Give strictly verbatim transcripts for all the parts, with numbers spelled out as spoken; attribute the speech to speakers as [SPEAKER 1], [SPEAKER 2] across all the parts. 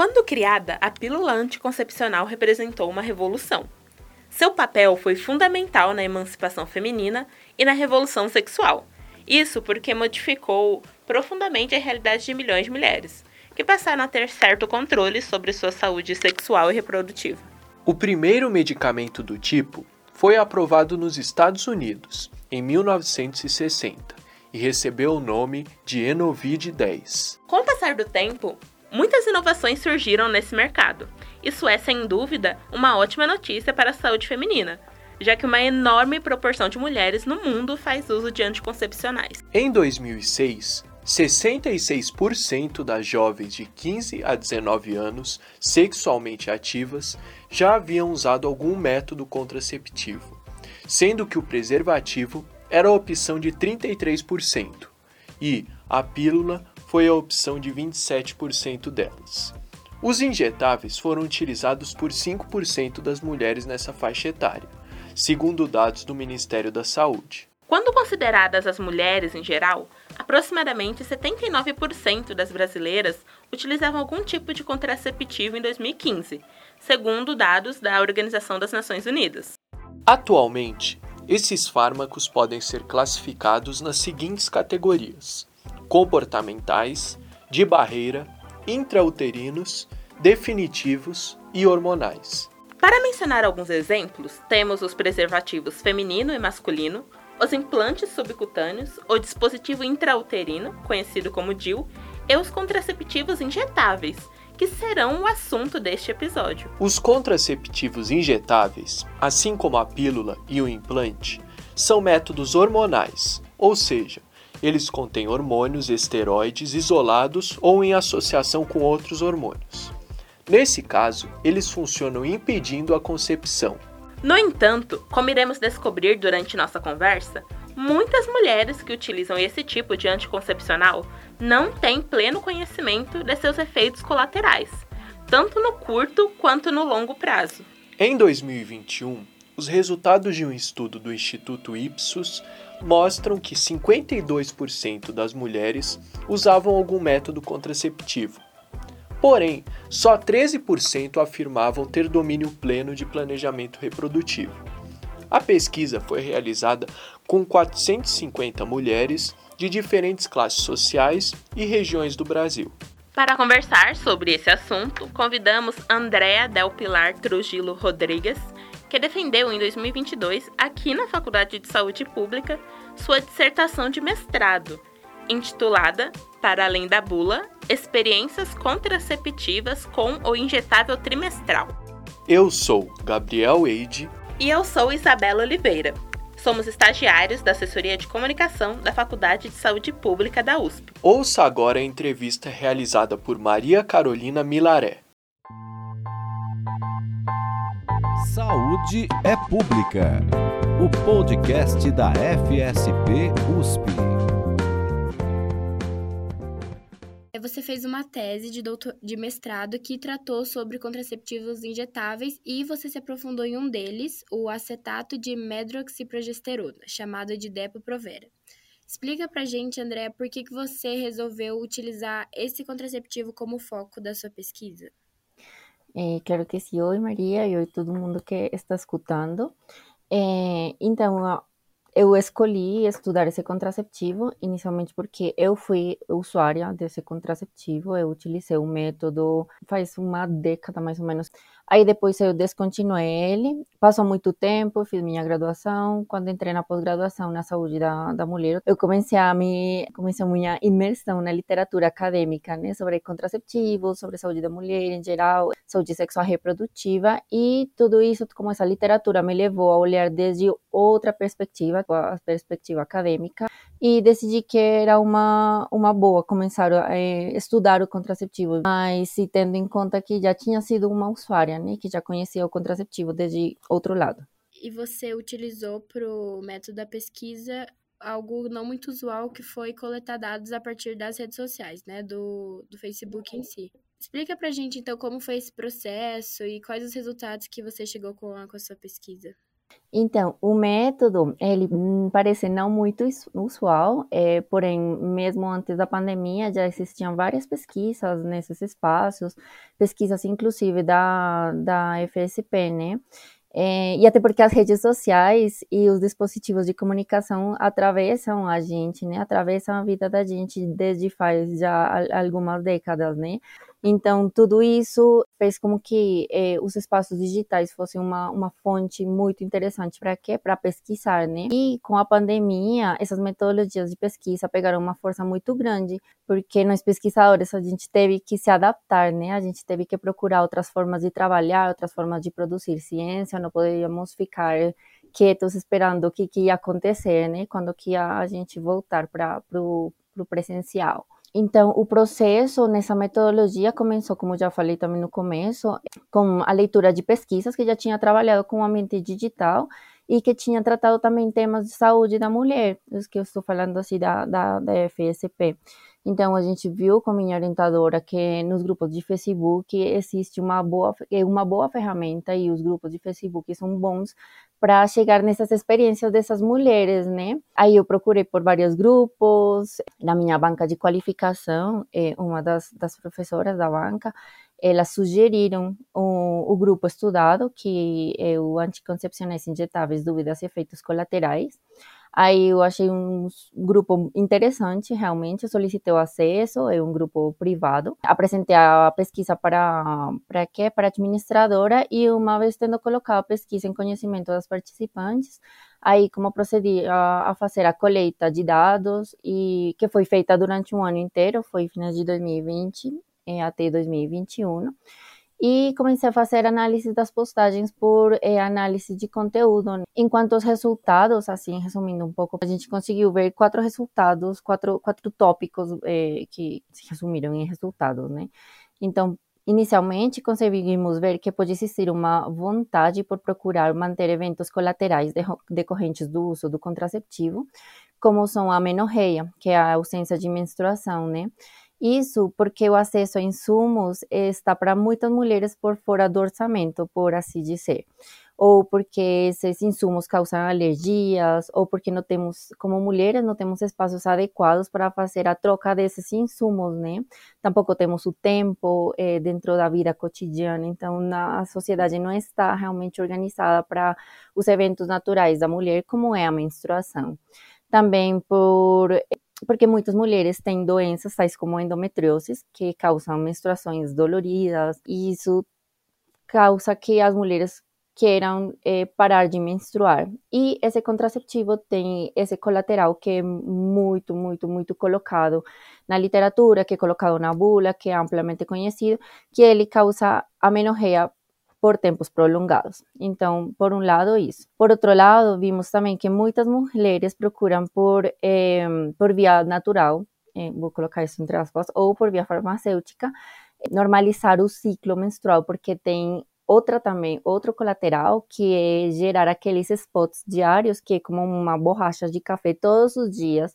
[SPEAKER 1] Quando criada, a pílula anticoncepcional representou uma revolução. Seu papel foi fundamental na emancipação feminina e na revolução sexual. Isso porque modificou profundamente a realidade de milhões de mulheres, que passaram a ter certo controle sobre sua saúde sexual e reprodutiva.
[SPEAKER 2] O primeiro medicamento do tipo foi aprovado nos Estados Unidos, em mil novecentos e sessenta, e recebeu o nome de Enovid dez.
[SPEAKER 1] Com o passar do tempo, muitas inovações surgiram nesse mercado. Isso é, sem dúvida, uma ótima notícia para a saúde feminina, já que uma enorme proporção de mulheres no mundo faz uso de anticoncepcionais.
[SPEAKER 2] Em dois mil e seis, sessenta e seis por cento das jovens de quinze a dezenove anos sexualmente ativas já haviam usado algum método contraceptivo, sendo que o preservativo era a opção de trinta e três por cento e a pílula foi a opção de vinte e sete por cento delas. Os injetáveis foram utilizados por cinco por cento das mulheres nessa faixa etária, segundo dados do Ministério da Saúde.
[SPEAKER 1] Quando consideradas as mulheres em geral, aproximadamente setenta e nove por cento das brasileiras utilizavam algum tipo de contraceptivo em dois mil e quinze, segundo dados da Organização das Nações Unidas.
[SPEAKER 2] Atualmente, esses fármacos podem ser classificados nas seguintes categorias: comportamentais, de barreira, intrauterinos, definitivos e hormonais.
[SPEAKER 1] Para mencionar alguns exemplos, temos os preservativos feminino e masculino, os implantes subcutâneos, o dispositivo intrauterino, conhecido como D I U, e os contraceptivos injetáveis, que serão o assunto deste episódio.
[SPEAKER 2] Os contraceptivos injetáveis, assim como a pílula e o implante, são métodos hormonais, ou seja, eles contêm hormônios esteroides isolados ou em associação com outros hormônios. Nesse caso, eles funcionam impedindo a concepção.
[SPEAKER 1] No entanto, como iremos descobrir durante nossa conversa, muitas mulheres que utilizam esse tipo de anticoncepcional não têm pleno conhecimento de seus efeitos colaterais, tanto no curto quanto no longo prazo.
[SPEAKER 2] Em dois mil e vinte e um, os resultados de um estudo do Instituto Ipsos mostram que cinquenta e dois por cento das mulheres usavam algum método contraceptivo. Porém, só treze por cento afirmavam ter domínio pleno de planejamento reprodutivo. A pesquisa foi realizada com quatrocentas e cinquenta mulheres de diferentes classes sociais e regiões do Brasil.
[SPEAKER 1] Para conversar sobre esse assunto, convidamos Andrea Del Pilar Trujillo Rodrigues, que defendeu em dois mil e vinte e dois, aqui na Faculdade de Saúde Pública, sua dissertação de mestrado, intitulada Para Além da Bula, Experiências Contraceptivas com o Injetável Trimestral.
[SPEAKER 2] Eu sou Gabriel Eide.
[SPEAKER 1] E eu sou Isabela Oliveira. Somos estagiários da Assessoria de Comunicação da Faculdade de Saúde Pública da U S P.
[SPEAKER 2] Ouça agora a entrevista realizada por Maria Carolina Milaré.
[SPEAKER 3] Saúde é Pública, o podcast da F S P U S P.
[SPEAKER 4] Você fez uma tese de, doutor... de mestrado que tratou sobre contraceptivos injetáveis e você se aprofundou em um deles, o acetato de medroxiprogesterona, chamado de Depo-Provera. Explica pra gente, André, por que, que você resolveu utilizar esse contraceptivo como foco da sua pesquisa?
[SPEAKER 5] É, claro que sim. Oi, Maria, e oi todo mundo que está escutando. É, então, eu escolhi estudar esse contraceptivo inicialmente porque eu fui usuária desse contraceptivo, eu utilizei o método faz uma década mais ou menos. Aí depois eu descontinuei ele, passou muito tempo, fiz minha graduação. Quando entrei na pós-graduação na saúde da, da mulher, eu comecei a me comecei a minha imersão na literatura acadêmica, né, sobre contraceptivos, sobre saúde da mulher em geral, saúde sexual reprodutiva, e tudo isso, como essa literatura me levou a olhar desde outra perspectiva, a perspectiva acadêmica, e decidi que era uma, uma boa começar a é, estudar o contraceptivo, mas se tendo em conta que já tinha sido uma usuária, né, que já conhecia o contraceptivo desde outro lado.
[SPEAKER 4] E você utilizou para o método da pesquisa algo não muito usual, que foi coletar dados a partir das redes sociais, né, do, do Facebook em si. Explica pra gente, então, como foi esse processo e quais os resultados que você chegou com a, com a sua pesquisa.
[SPEAKER 5] Então, o método, ele hum, parece não muito is- usual, é, porém, mesmo antes da pandemia, já existiam várias pesquisas nesses espaços, pesquisas inclusive da, da F S P, né? É, e até porque as redes sociais e os dispositivos de comunicação atravessam a gente, né? Atravessam a vida da gente desde faz já al- algumas décadas, né? Então, tudo isso fez com que eh, os espaços digitais fossem uma, uma fonte muito interessante para quê? Para pesquisar, né? E com a pandemia, essas metodologias de pesquisa pegaram uma força muito grande, porque nós pesquisadores a gente teve que se adaptar, né? A gente teve que procurar outras formas de trabalhar, outras formas de produzir ciência, não poderíamos ficar quietos esperando o que, que ia acontecer, né? Quando que ia a gente voltar para o presencial. Então, o processo nessa metodologia começou, como já falei também no começo, com a leitura de pesquisas que já tinha trabalhado com o ambiente digital e que tinha tratado também temas de saúde da mulher, os que eu estou falando assim da, da, da F S P. Então, a gente viu com minha orientadora que nos grupos de Facebook existe uma boa, uma boa ferramenta e os grupos de Facebook são bons para chegar nessas experiências dessas mulheres, né? Aí eu procurei por vários grupos, na minha banca de qualificação, uma das, das professoras da banca, elas sugeriram o, o grupo estudado, que é o Anticoncepcionais Injetáveis, Dúvidas e Efeitos Colaterais. Aí eu achei um grupo interessante, realmente, eu solicitei o acesso, é um grupo privado. Apresentei a pesquisa para, para quê? Para a administradora e uma vez tendo colocado a pesquisa em conhecimento das participantes, aí como procedi a, a fazer a colheita de dados, e que foi feita durante um ano inteiro, foi finais de dois mil e vinte até dois mil e vinte e um, e comecei a fazer análise das postagens por eh, análise de conteúdo. Enquanto os resultados, assim, resumindo um pouco, a gente conseguiu ver quatro resultados, quatro, quatro tópicos eh, que se resumiram em resultados, né? Então, inicialmente, conseguimos ver que pode existir uma vontade por procurar manter eventos colaterais decorrentes do uso do contraceptivo, como são a menorreia, que é a ausência de menstruação, né? Isso porque o acesso a insumos está para muitas mulheres por fora do orçamento, por assim dizer. Ou porque esses insumos causam alergias, ou porque não temos, como mulheres, não temos espaços adequados para fazer a troca desses insumos, né? Tampouco temos o tempo eh, dentro da vida cotidiana, então na, a sociedade não está realmente organizada para os eventos naturais da mulher, como é a menstruação. Também por porque muitas mulheres têm doenças tais como endometriose, que causam menstruações doloridas, e isso causa que as mulheres queiram eh, parar de menstruar. E esse contraceptivo tem esse colateral que é muito, muito, muito colocado na literatura, que é colocado na bula, que é amplamente conhecido, que ele causa amenorreia por tempos prolongados. Então, por um lado, isso. Por outro lado, vimos também que muitas mulheres procuram por, eh, por via natural, eh, vou colocar isso entre aspas, ou por via farmacêutica, normalizar o ciclo menstrual, porque tem outra também, outro colateral, que é gerar aqueles spots diários, que é como uma borracha de café todos os dias,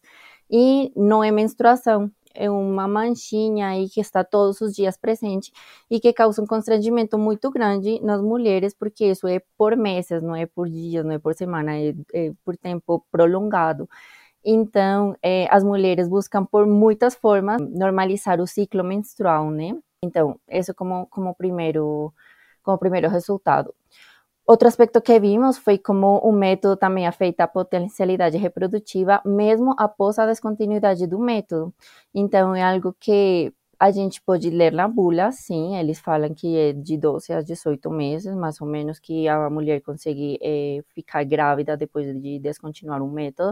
[SPEAKER 5] e não é menstruação, é uma manchinha aí que está todos os dias presente e que causa um constrangimento muito grande nas mulheres, porque isso é por meses, não é por dias, não é por semana, é, é por tempo prolongado. Então, é, as mulheres buscam por muitas formas normalizar o ciclo menstrual, né? Então, isso como, como, primeiro, como primeiro resultado. Outro aspecto que vimos foi como o método também afeta a potencialidade reprodutiva, mesmo após a descontinuidade do método. Então, é algo que a gente pode ler na bula, sim, eles falam que é de doze a dezoito meses, mais ou menos, que a mulher consegue é, ficar grávida depois de descontinuar o método.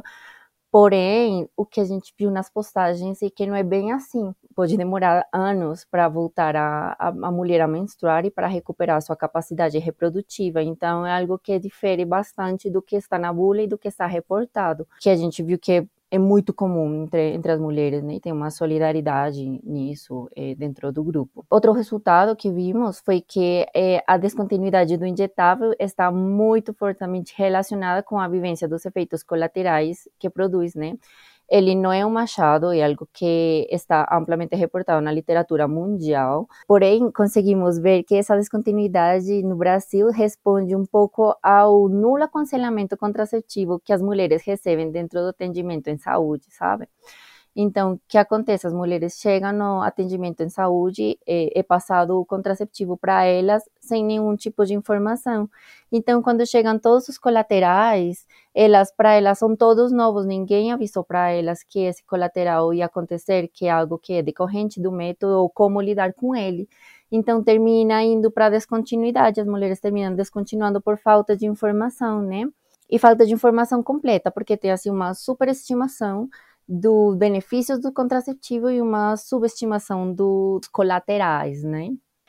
[SPEAKER 5] Porém, o que a gente viu nas postagens é que não é bem assim. Pode demorar anos para voltar a, a, a mulher a menstruar e para recuperar sua capacidade reprodutiva. Então, é algo que difere bastante do que está na bula e do que está reportado. Que a gente viu que é, é muito comum entre, entre as mulheres, né? Tem uma solidariedade nisso é, dentro do grupo. Outro resultado que vimos foi que é, a descontinuidade do injetável está muito fortemente relacionada com a vivência dos efeitos colaterais que produz, né? ele não é um achado, é algo que está amplamente reportado na literatura mundial, porém conseguimos ver que essa descontinuidade no Brasil responde um pouco ao nulo aconselhamento contraceptivo que as mulheres recebem dentro do atendimento em saúde, sabe? Então, o que acontece? As mulheres chegam no atendimento em saúde, é, é passado o contraceptivo para elas sem nenhum tipo de informação. Então, quando chegam todos os colaterais, elas, para elas são todos novos, ninguém avisou para elas que esse colateral ia acontecer, que é algo que é decorrente do método ou como lidar com ele. Então, termina indo para a descontinuidade, as mulheres terminam descontinuando por falta de informação, né? E falta de informação completa, porque tem assim uma superestimação dos benefícios do contraceptivo e uma subestimação dos colaterais, né?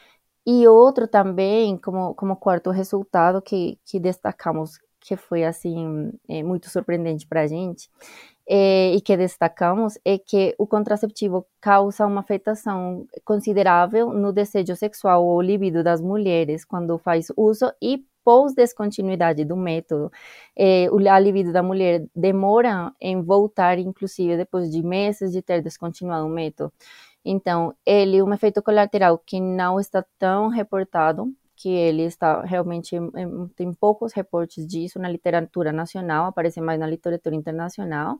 [SPEAKER 5] E outro também, como, como quarto resultado que, que destacamos, que foi assim, é, muito surpreendente para a gente, é, e que destacamos, é que o contraceptivo causa uma afetação considerável no desejo sexual ou libido das mulheres quando faz uso e pós-descontinuidade do método. É, a libido da mulher demora em voltar, inclusive depois de meses de ter descontinuado o método. Então, ele é um efeito colateral que não está tão reportado, que ele está realmente, tem poucos reportes disso na literatura nacional, aparece mais na literatura internacional,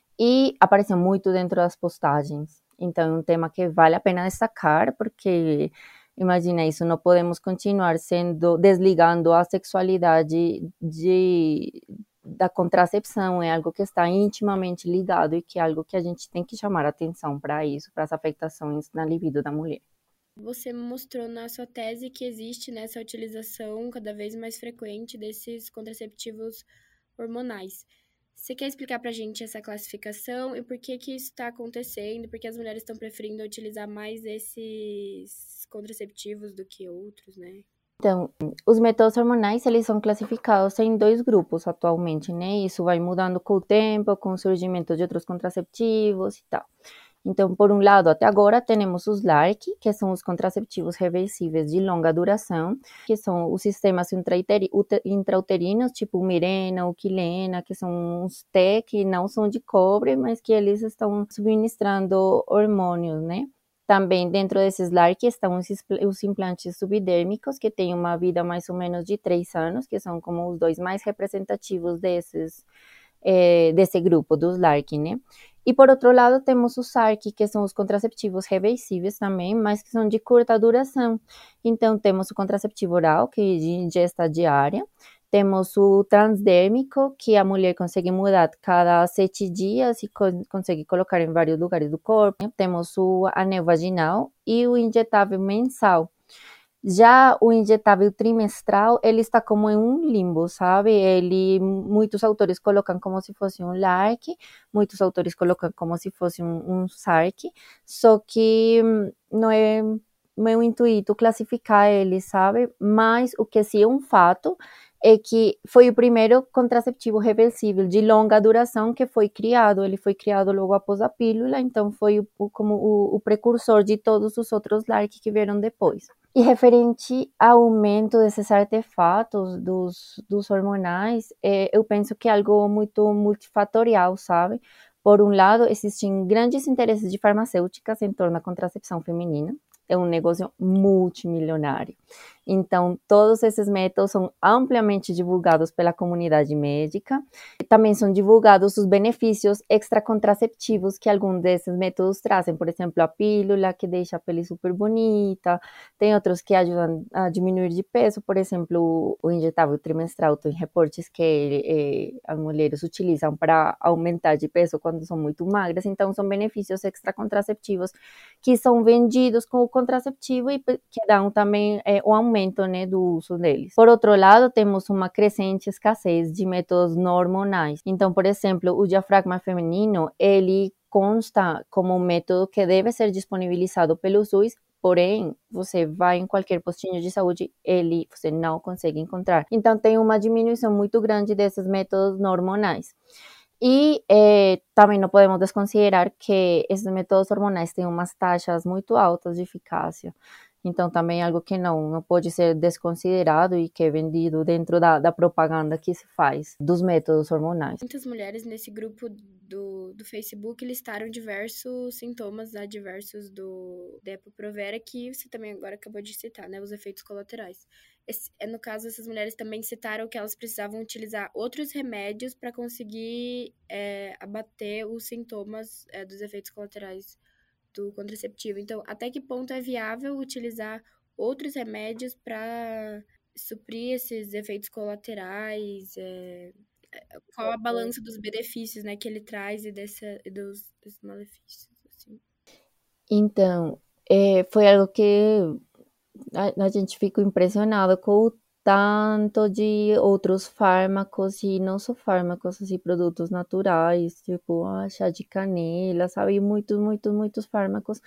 [SPEAKER 5] e aparece muito dentro das postagens. Então, é um tema que vale a pena destacar, porque, imagina isso, não podemos continuar sendo, desligando a sexualidade de, da contracepção, é algo que está intimamente ligado e que é algo que a gente tem que chamar atenção para isso, para as afetações na libido da mulher.
[SPEAKER 4] Você mostrou na sua tese que existe nessa utilização cada vez mais frequente desses contraceptivos hormonais. Você quer explicar pra gente essa classificação e por que que isso está acontecendo? Por que as mulheres estão preferindo utilizar mais esses contraceptivos do que outros, né?
[SPEAKER 5] Então, os métodos hormonais, eles são classificados em dois grupos atualmente, né? Isso vai mudando com o tempo, com o surgimento de outros contraceptivos e tal. Então, por um lado, até agora, temos os L A R C, que são os contraceptivos reversíveis de longa duração, que são os sistemas intrauterinos, tipo Mirena ou Quilena, que são uns T que não são de cobre, mas que eles estão subministrando hormônios, né? Também dentro desses L A R C estão os implantes subdérmicos, que têm uma vida mais ou menos de três anos, que são como os dois mais representativos desses, é, desse grupo dos L A R C, né? E por outro lado temos os S A R C, que são os contraceptivos reversíveis também, mas que são de curta duração. Então temos o contraceptivo oral, que é de ingesta diária, temos o transdérmico, que a mulher consegue mudar cada sete dias e co- consegue colocar em vários lugares do corpo. Temos o anel vaginal e o injetável mensal. Já o injetável trimestral, ele está como em um limbo, sabe? Ele, muitos autores colocam como se fosse um L A R C, muitos autores colocam como se fosse um, um S A R C, só que hum, não é meu intuito classificar ele, sabe? Mas o que sim é um fato é que foi o primeiro contraceptivo reversível de longa duração que foi criado. Ele foi criado logo após a pílula, então foi o, o, como o, o precursor de todos os outros L A R C que vieram depois. E referente ao aumento desses artefatos dos, dos hormonais, é, eu penso que é algo muito multifatorial, sabe? Por um lado, existem grandes interesses de farmacêuticas em torno da contracepção feminina. É um negócio multimilionário. Então, todos esses métodos são amplamente divulgados pela comunidade médica. Também são divulgados os benefícios extracontraceptivos que alguns desses métodos trazem. Por exemplo, a pílula, que deixa a pele super bonita. Tem outros que ajudam a diminuir de peso. Por exemplo, o injetável trimestral. Tem reportes que eh, as mulheres utilizam para aumentar de peso quando são muito magras. Então, são benefícios extracontraceptivos que são vendidos com o contraceptivo e que dão também eh, o aumento, né, do uso deles. Por outro lado, temos uma crescente escassez de métodos não hormonais. Então, por exemplo, o diafragma feminino, ele consta como um método que deve ser disponibilizado pelo SUS, porém, você vai em qualquer postinho de saúde, ele você não consegue encontrar. Então, tem uma diminuição muito grande desses métodos não hormonais. E eh, também não podemos desconsiderar que esses métodos hormonais têm umas taxas muito altas de eficácia. Então, também é algo que não, não pode ser desconsiderado e que é vendido dentro da, da propaganda que se faz dos métodos hormonais.
[SPEAKER 4] Muitas mulheres nesse grupo do, do Facebook listaram diversos sintomas adversos do Depo-Provera, que você também agora acabou de citar, né? Os efeitos colaterais. Esse, no caso, essas mulheres também citaram que elas precisavam utilizar outros remédios para conseguir é, abater os sintomas é, dos efeitos colaterais do contraceptivo. Então, até que ponto é viável utilizar outros remédios para suprir esses efeitos colaterais? É, qual a balança dos benefícios, né, que ele traz e dessa, dos, dos malefícios, assim?
[SPEAKER 5] Então, é, foi algo que a, a gente ficou impressionado com o tanto de outros fármacos e não só fármacos, assim, produtos naturais, tipo ah, chá de canela, sabe? Muitos, muitos, muitos fármacos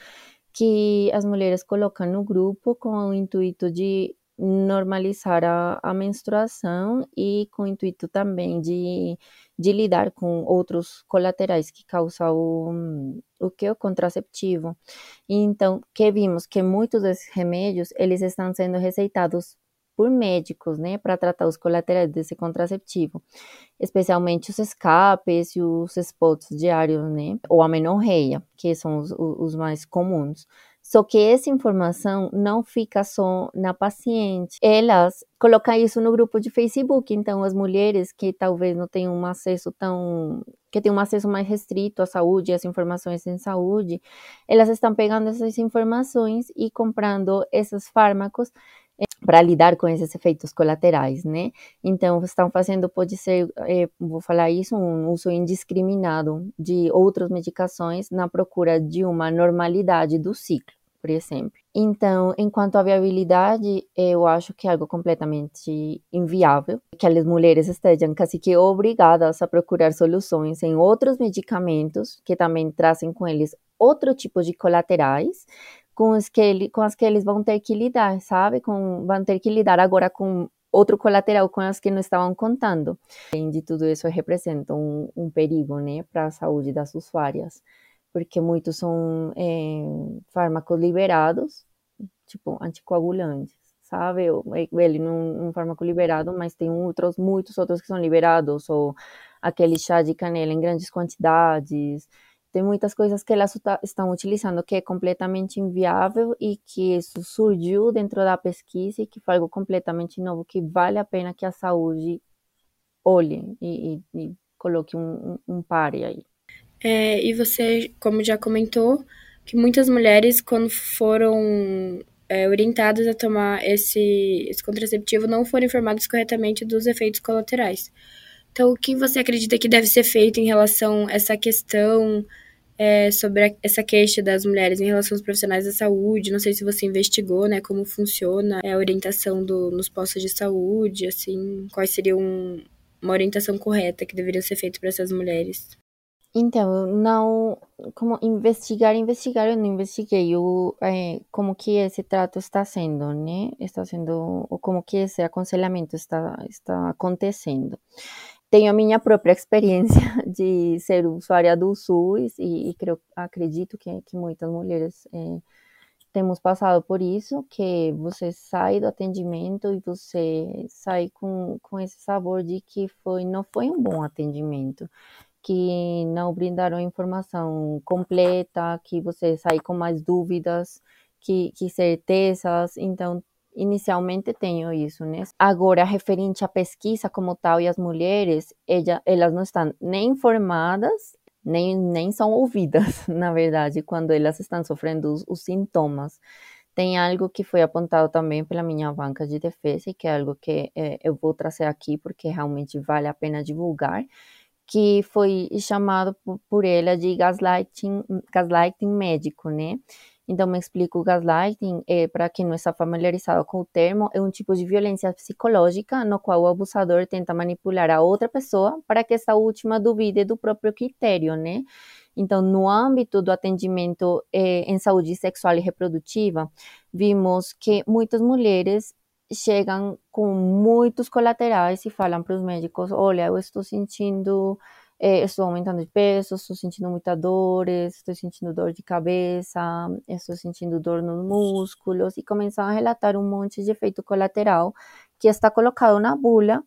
[SPEAKER 5] que as mulheres colocam no grupo com o intuito de normalizar a, a menstruação e com o intuito também de, de lidar com outros colaterais que causam o, o que? O contraceptivo. Então, que vimos que muitos desses remédios, eles estão sendo receitados por médicos, né, para tratar os colaterais desse contraceptivo, especialmente os escapes e os spots diários, né, ou a menorreia, que são os, os mais comuns. Só que essa informação não fica só na paciente. Elas colocam isso no grupo de Facebook, então as mulheres que talvez não tenham um acesso tão... que têm um acesso mais restrito à saúde, às informações em saúde, elas estão pegando essas informações e comprando esses fármacos para lidar com esses efeitos colaterais, né? Então, estão fazendo, pode ser, é, vou falar isso, um uso indiscriminado de outras medicações na procura de uma normalidade do ciclo, por exemplo. Então, enquanto à viabilidade, eu acho que é algo completamente inviável, que as mulheres estejam quase que obrigadas a procurar soluções em outros medicamentos que também trazem com eles outro tipo de colaterais, com as que, ele, com as que eles vão ter que lidar, sabe? Com, vão ter que lidar agora com outro colateral com as que não estavam contando. Além de tudo isso, representa um, um perigo, né, para a saúde das usuárias, porque muitos são é, fármacos liberados, tipo anticoagulantes, sabe? Ele não é um fármaco liberado, mas tem outros, muitos outros que são liberados, ou aquele chá de canela em grandes quantidades. Tem muitas coisas que elas estão utilizando que é completamente inviável e que isso surgiu dentro da pesquisa e que foi algo completamente novo, que vale a pena que a saúde olhe e, e, e coloque um, um, um pare aí.
[SPEAKER 4] É, e você, como já comentou, que muitas mulheres, quando foram é, orientadas a tomar esse, esse contraceptivo, não foram informadas corretamente dos efeitos colaterais. Então, o que você acredita que deve ser feito em relação a essa questão é, sobre a, essa queixa das mulheres em relação aos profissionais da saúde? Não sei se você investigou, né, como funciona a orientação do, nos postos de saúde, assim, quais seriam um, uma orientação correta que deveria ser feita para essas mulheres?
[SPEAKER 5] Então, não, como investigar, investigar, eu não investiguei o, é, como que esse trato está sendo, né? Está sendo, ou como que esse aconselhamento está, está acontecendo. Tenho a minha própria experiência de ser usuária do SUS e, e creio, acredito que, que muitas mulheres é, temos passado por isso, que você sai do atendimento e você sai com, com esse sabor de que foi, não foi um bom atendimento, que não brindaram informação completa, que você sai com mais dúvidas que, que certezas. Então, inicialmente tenho isso, né? Agora, referente à pesquisa como tal e as mulheres, ela, elas não estão nem informadas, nem, nem são ouvidas, na verdade, quando elas estão sofrendo os, os sintomas. Tem algo que foi apontado também pela minha banca de defesa e que é algo que é, eu vou trazer aqui porque realmente vale a pena divulgar, que foi chamado por, por ela de gaslighting, gaslighting médico, né? Então, me explico, o gaslighting, é, para quem não está familiarizado com o termo, é um tipo de violência psicológica no qual o abusador tenta manipular a outra pessoa para que essa última duvide do próprio critério, né? Então, no âmbito do atendimento é, em saúde sexual e reprodutiva, vimos que muitas mulheres chegam com muitos colaterais e falam para os médicos, olha, eu estou sentindo é, estou aumentando de peso, estou sentindo muita dor, estou sentindo dor de cabeça, estou sentindo dor nos músculos, e começam a relatar um monte de efeito colateral que está colocado na bula,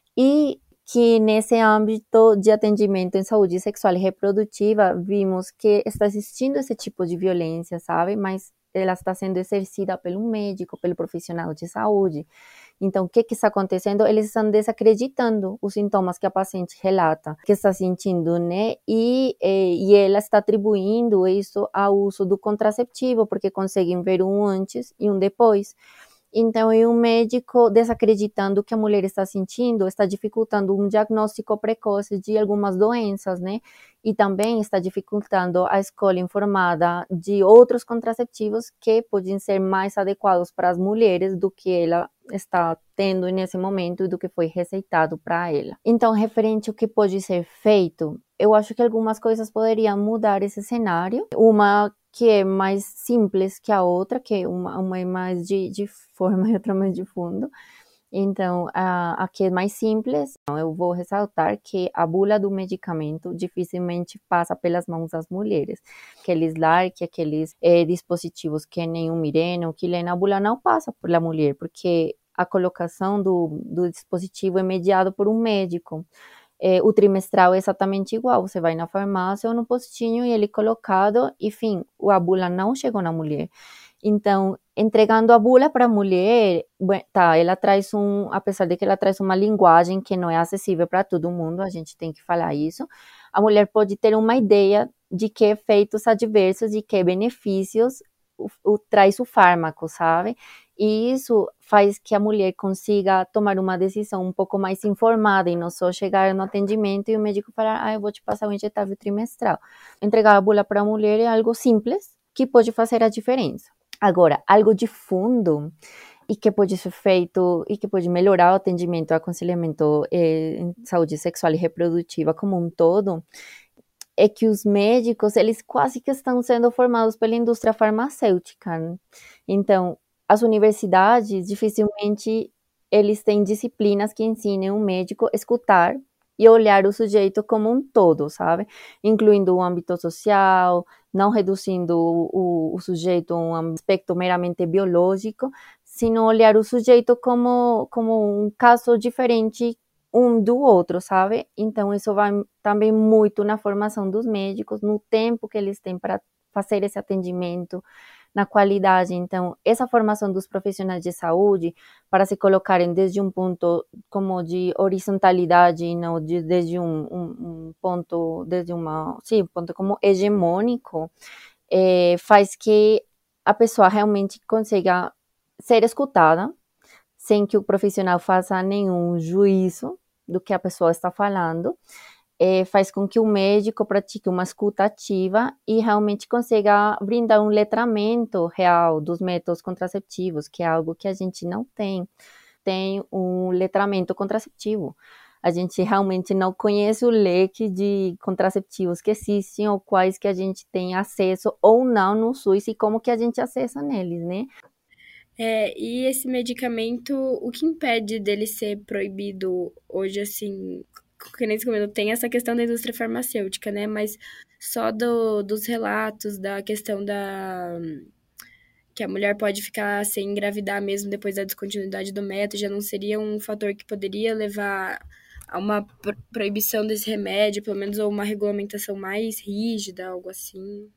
[SPEAKER 5] e que nesse âmbito de atendimento em saúde sexual e reprodutiva, vimos que está existindo esse tipo de violência, sabe? Mas ela está sendo exercida pelo médico, pelo profissional de saúde. Então, o que, que está acontecendo? Eles estão desacreditando os sintomas que a paciente relata, que está sentindo, né? E, e, e ela está atribuindo isso ao uso do contraceptivo, porque conseguem ver um antes e um depois. Então, e o médico, desacreditando o que a mulher está sentindo, está dificultando um diagnóstico precoce de algumas doenças, né? E também está dificultando a escolha informada de outros contraceptivos que podem ser mais adequados para as mulheres do que ela está tendo nesse momento e do que foi receitado para ela. Então, referente ao que pode ser feito, eu acho que algumas coisas poderiam mudar esse cenário. Uma que é mais simples que a outra, que uma, uma é mais de, de forma e outra mais de fundo. Então, a, a que é mais simples, eu vou ressaltar que a bula do medicamento dificilmente passa pelas mãos das mulheres. Aqueles L A R C, aqueles é, dispositivos que nem o Mirena, o Quilena, a bula não passa pela mulher, porque a colocação do, do dispositivo é mediado por um médico. É, o trimestral é exatamente igual, você vai na farmácia ou no postinho e ele colocado, enfim, a bula não chegou na mulher. Então, entregando a bula para a mulher, tá, ela traz um, apesar de que ela traz uma linguagem que não é acessível para todo mundo, a gente tem que falar isso, a mulher pode ter uma ideia de que efeitos adversos e que benefícios o, o, traz o fármaco, sabe? E isso faz que a mulher consiga tomar uma decisão um pouco mais informada e não só chegar no atendimento e o médico falar, ah, eu vou te passar o injetável trimestral. Entregar a bula para a mulher é algo simples que pode fazer a diferença. Agora, algo de fundo e que pode ser feito e que pode melhorar o atendimento, o aconselhamento eh, em saúde sexual e reprodutiva como um todo, é que os médicos, eles quase que estão sendo formados pela indústria farmacêutica, né? Então, as universidades, dificilmente, eles têm disciplinas que ensinem o médico a escutar e olhar o sujeito como um todo, sabe? Incluindo o âmbito social, não reduzindo o, o sujeito a um aspecto meramente biológico, sino olhar o sujeito como, como um caso diferente um do outro, sabe? Então, isso vai também muito na formação dos médicos, no tempo que eles têm para fazer esse atendimento, na qualidade. Então, essa formação dos profissionais de saúde, para se colocarem desde um ponto como de horizontalidade, não de, desde um, um, um ponto, desde uma, sim, um ponto como hegemônico, é, faz que a pessoa realmente consiga ser escutada, sem que o profissional faça nenhum juízo do que a pessoa está falando, É, faz com que o médico pratique uma escuta ativa e realmente consiga brindar um letramento real dos métodos contraceptivos, que é algo que a gente não tem. Tem um letramento contraceptivo. A gente realmente não conhece o leque de contraceptivos que existem ou quais que a gente tem acesso ou não no SUS e como que a gente acessa neles, né?
[SPEAKER 4] É, e esse medicamento, o que impede dele ser proibido hoje, assim, que nem você comentou, tem essa questão da indústria farmacêutica, né? Mas só do, dos relatos, da questão da que a mulher pode ficar sem engravidar mesmo depois da descontinuidade do método, já não seria um fator que poderia levar a uma pro- proibição desse remédio, pelo menos, ou uma regulamentação mais rígida, algo assim.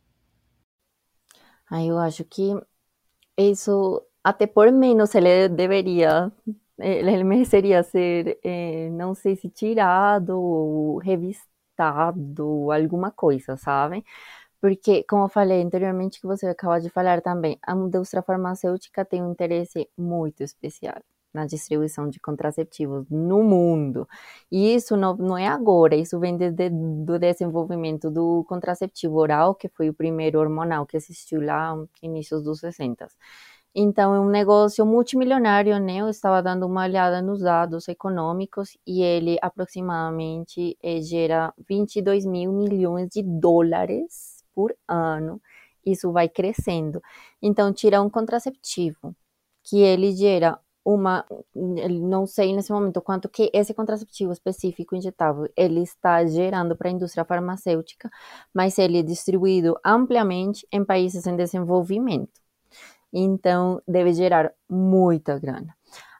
[SPEAKER 5] Aí eu acho que isso, até por menos, ele deveria, ele mereceria ser, eh, não sei se tirado ou revistado, alguma coisa, sabe? Porque, como eu falei anteriormente, que você acaba de falar também, a indústria farmacêutica tem um interesse muito especial na distribuição de contraceptivos no mundo. E isso não, não é agora, isso vem desde o desenvolvimento do contraceptivo oral, que foi o primeiro hormonal que existiu lá no início dos sessenta. Então, é um negócio multimilionário, né? Eu estava dando uma olhada nos dados econômicos e ele aproximadamente eh, gera vinte e dois mil milhões de dólares por ano. Isso vai crescendo. Então, tirar um contraceptivo que ele gera uma, não sei nesse momento quanto que esse contraceptivo específico injetável ele está gerando para a indústria farmacêutica, mas ele é distribuído amplamente em países em desenvolvimento. Então, deve gerar muita grana.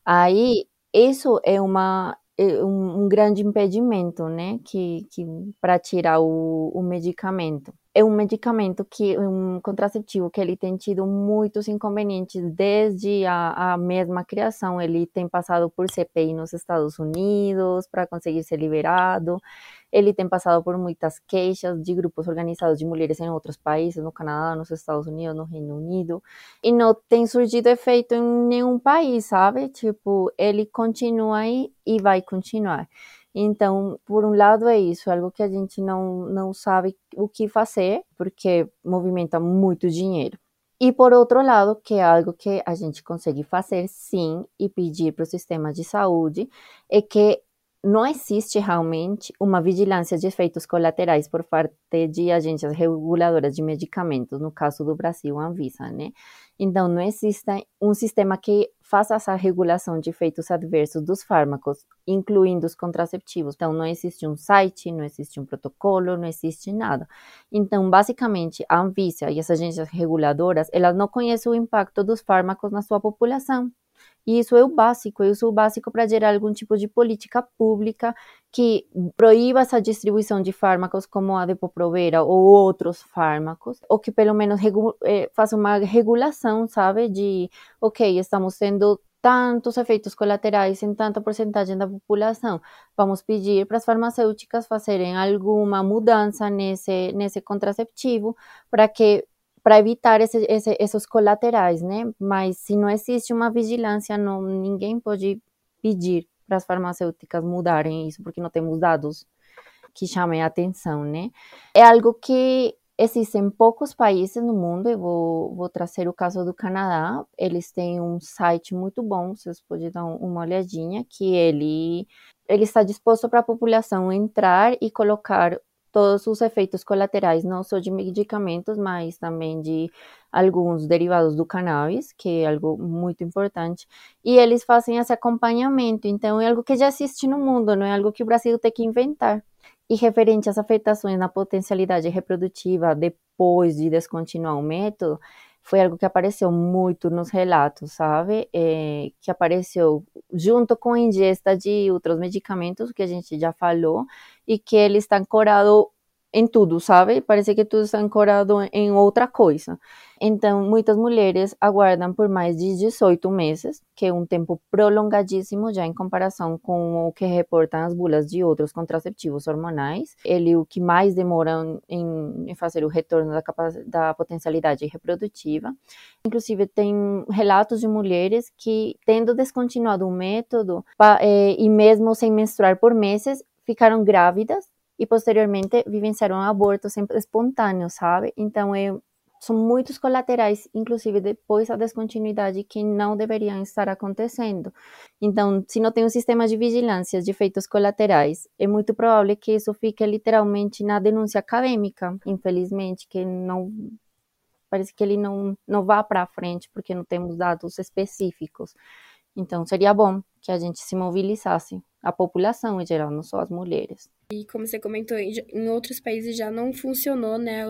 [SPEAKER 5] Aí, isso é uma é um, um grande impedimento, né, que, que para tirar o, o medicamento. É um medicamento que, um contraceptivo que ele tem tido muitos inconvenientes desde a, a mesma criação. Ele tem passado por C P I nos Estados Unidos para conseguir ser liberado. Ele tem passado por muitas queixas de grupos organizados de mulheres em outros países, no Canadá, nos Estados Unidos, no Reino Unido, e não tem surgido efeito em nenhum país, sabe? Tipo, ele continua aí e vai continuar. Então, por um lado é isso, algo que a gente não, não sabe o que fazer, porque movimenta muito dinheiro. E por outro lado, que é algo que a gente consegue fazer sim e pedir para o sistema de saúde, é que não existe realmente uma vigilância de efeitos colaterais por parte de agências reguladoras de medicamentos, no caso do Brasil, a Anvisa, né? Então, não existe um sistema que faça essa regulação de efeitos adversos dos fármacos, incluindo os contraceptivos. Então, não existe um site, não existe um protocolo, não existe nada. Então, basicamente, a Anvisa e as agências reguladoras, elas não conhecem o impacto dos fármacos na sua população. E isso é o básico, isso é o básico para gerar algum tipo de política pública que proíba essa distribuição de fármacos como a Depo-Provera ou outros fármacos, ou que pelo menos eh, faça uma regulação, sabe, de, ok, estamos tendo tantos efeitos colaterais em tanta porcentagem da população, vamos pedir para as farmacêuticas fazerem alguma mudança nesse, nesse contraceptivo para que para evitar esse, esse, esses colaterais, né? Mas se não existe uma vigilância, não, ninguém pode pedir para as farmacêuticas mudarem isso, porque não temos dados que chamem a atenção, né? É algo que existe em poucos países no mundo. Eu vou, vou trazer o caso do Canadá. Eles têm um site muito bom, vocês podem dar uma olhadinha, que ele, ele está disposto para a população entrar e colocar todos os efeitos colaterais, não só de medicamentos, mas também de alguns derivados do cannabis, que é algo muito importante, e eles fazem esse acompanhamento. Então é algo que já existe no mundo, não é algo que o Brasil tem que inventar. E referente às afetações na potencialidade reprodutiva depois de descontinuar o método, foi algo que apareceu muito nos relatos, sabe? É, que apareceu junto com a ingesta de outros medicamentos, que a gente já falou, e que ele está ancorado em tudo, sabe? Parece que tudo está ancorado em outra coisa. Então, muitas mulheres aguardam por mais de dezoito meses, que é um tempo prolongadíssimo já em comparação com o que reportam as bulas de outros contraceptivos hormonais. Ele o que mais demora em, em fazer o retorno da, da potencialidade reprodutiva. Inclusive, tem relatos de mulheres que, tendo descontinuado o método é, e mesmo sem menstruar por meses, ficaram grávidas e posteriormente vivenciaram um aborto sempre espontâneo, sabe? Então, é, são muitos colaterais, inclusive depois da descontinuidade, que não deveriam estar acontecendo. Então, se não tem um sistema de vigilância de efeitos colaterais, é muito provável que isso fique literalmente na denúncia acadêmica, infelizmente, que não parece que ele não, não vá para frente, porque não temos dados específicos. Então, seria bom que a gente se mobilizasse, a população em geral, não só as mulheres.
[SPEAKER 4] E como você comentou, em outros países já não funcionou, né,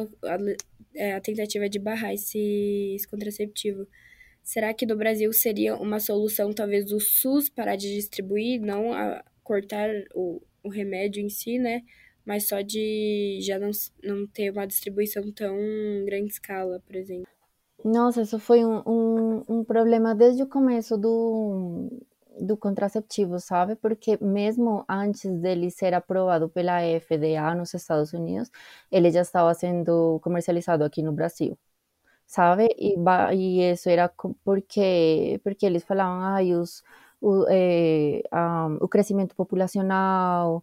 [SPEAKER 4] a, a tentativa de barrar esse, esse contraceptivo. Será que no Brasil seria uma solução, talvez, do SUS parar de distribuir, não a cortar o, o remédio em si, né, mas só de já não, não ter uma distribuição tão grande escala, por exemplo?
[SPEAKER 5] Nossa, isso foi um, um, um problema desde o começo do, do contraceptivo, sabe? Porque mesmo antes dele ser aprovado pela F D A nos Estados Unidos, ele já estava sendo comercializado aqui no Brasil, sabe? E, e isso era porque, porque eles falavam, ai, os, o, é, um, o crescimento populacional,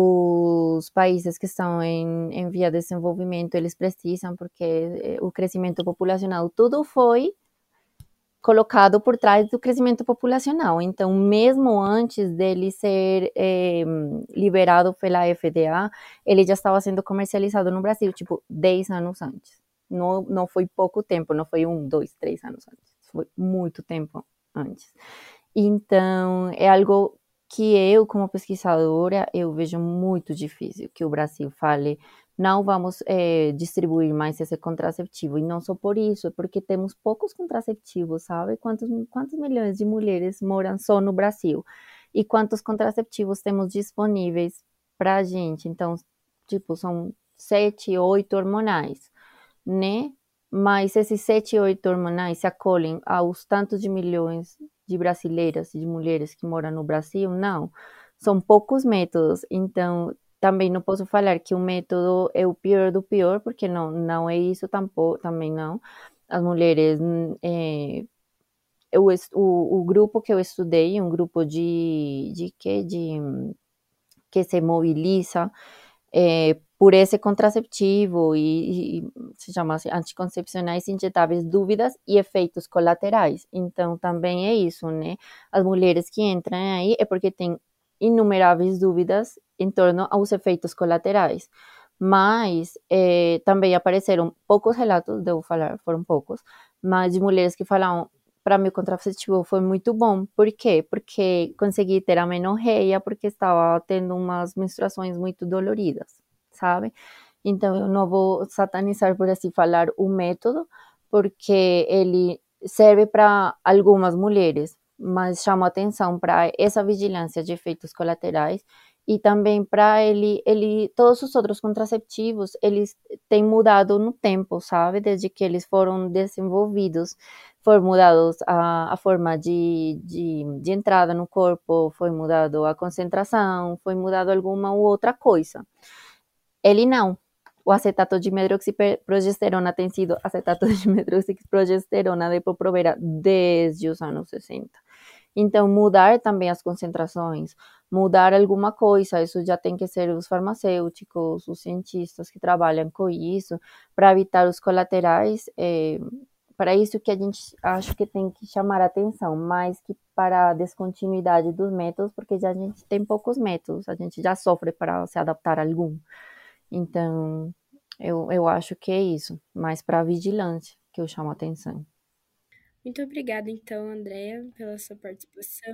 [SPEAKER 5] os países que estão em, em via de desenvolvimento, eles precisam, porque o crescimento populacional, tudo foi colocado por trás do crescimento populacional. Então, mesmo antes dele ser é, liberado pela F D A, ele já estava sendo comercializado no Brasil, tipo, dez anos antes. Não, não foi pouco tempo, não foi um, dois, três anos antes, foi muito tempo antes. Então, é algo que eu, como pesquisadora, eu vejo muito difícil que o Brasil fale, não vamos é, distribuir mais esse contraceptivo. E não só por isso, é porque temos poucos contraceptivos, sabe? Quantos, quantos milhões de mulheres moram só no Brasil? E quantos contraceptivos temos disponíveis para a gente? Então, tipo, são sete, oito hormonais, né? Mas esses sete, oito hormonais se acolhem aos tantos de milhões de brasileiras e de mulheres que moram no Brasil? Não. São poucos métodos. Então, também não posso falar que o método é o pior do pior, porque não, não é isso tampouco, também não. As mulheres... É, eu, o, o grupo que eu estudei, um grupo de... De quê? De... Que se mobiliza... É, por esse contraceptivo e, e se chama assim, anticoncepcionais injetáveis, dúvidas e efeitos colaterais. Então, também é isso, né? As mulheres que entram aí é porque têm inumeráveis dúvidas em torno aos efeitos colaterais. Mas é, também apareceram poucos relatos, devo falar, foram poucos, mas de mulheres que falaram, para mim o contraceptivo foi muito bom. Por quê? Porque consegui ter amenorreia, porque estava tendo umas menstruações muito doloridas, sabe? Então, eu não vou satanizar, por assim falar, o método, porque ele serve para algumas mulheres, mas chama atenção para essa vigilância de efeitos colaterais e também para ele, ele, todos os outros contraceptivos, eles têm mudado no tempo, sabe? Desde que eles foram desenvolvidos, foram mudados a, a forma de, de, de entrada no corpo, foi mudado a concentração, foi mudado alguma outra coisa. Ele não. O acetato de medroxiprogesterona tem sido acetato de medroxiprogesterona Depo-Provera desde os anos sessenta. Então, mudar também as concentrações, mudar alguma coisa, isso já tem que ser os farmacêuticos, os cientistas que trabalham com isso, para evitar os colaterais. É, para isso que a gente acho que tem que chamar a atenção, mais que para a descontinuidade dos métodos, porque já a gente tem poucos métodos, a gente já sofre para se adaptar a algum. Então, eu, eu acho que é isso, mais para a vigilância que eu chamo a atenção.
[SPEAKER 4] Muito obrigada, então, Andréa, pela sua participação,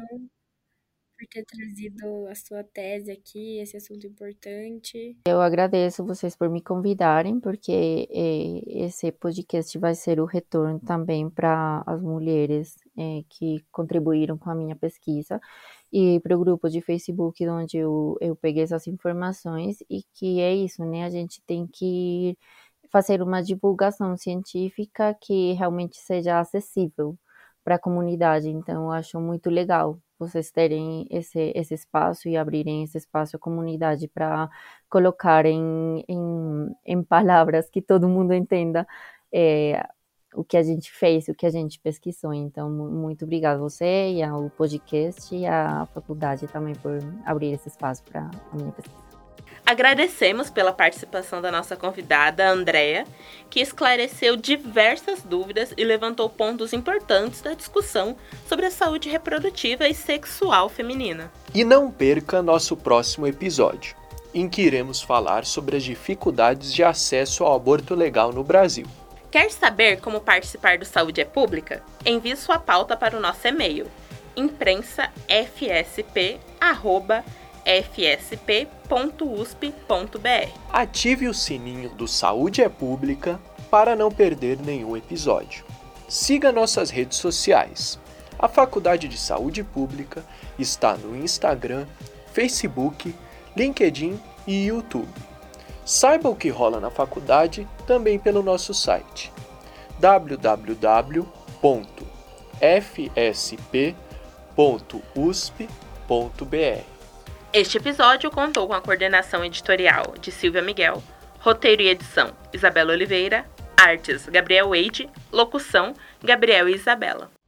[SPEAKER 4] por ter trazido a sua tese aqui, esse assunto importante.
[SPEAKER 5] Eu agradeço vocês por me convidarem, porque é, esse podcast vai ser o retorno também para as mulheres é, que contribuíram com a minha pesquisa e para o grupo de Facebook onde eu, eu peguei essas informações, e que é isso, né? A gente tem que fazer uma divulgação científica que realmente seja acessível para a comunidade. Então, eu acho muito legal vocês terem esse, esse espaço e abrirem esse espaço à comunidade para colocar em, em, em palavras que todo mundo entenda é, o que a gente fez, o que a gente pesquisou. Então, muito obrigada a você e ao podcast e à faculdade também por abrir esse espaço para a minha pesquisa.
[SPEAKER 1] Agradecemos pela participação da nossa convidada, Andréa, que esclareceu diversas dúvidas e levantou pontos importantes da discussão sobre a saúde reprodutiva e sexual feminina.
[SPEAKER 2] E não perca nosso próximo episódio, em que iremos falar sobre as dificuldades de acesso ao aborto legal no Brasil.
[SPEAKER 1] Quer saber como participar do Saúde é Pública? Envie sua pauta para o nosso e-mail, imprensa f s p arroba f s p ponto u s p ponto b r.
[SPEAKER 2] Ative o sininho do Saúde é Pública para não perder nenhum episódio. Siga nossas redes sociais. A Faculdade de Saúde Pública está no Instagram, Facebook, LinkedIn e YouTube. Saiba o que rola na faculdade também pelo nosso site w w w ponto f s p ponto u s p ponto b r.
[SPEAKER 1] Este episódio contou com a coordenação editorial de Silvia Miguel, roteiro e edição Isabela Oliveira, artes Gabriel Wade, locução Gabriel e Isabela.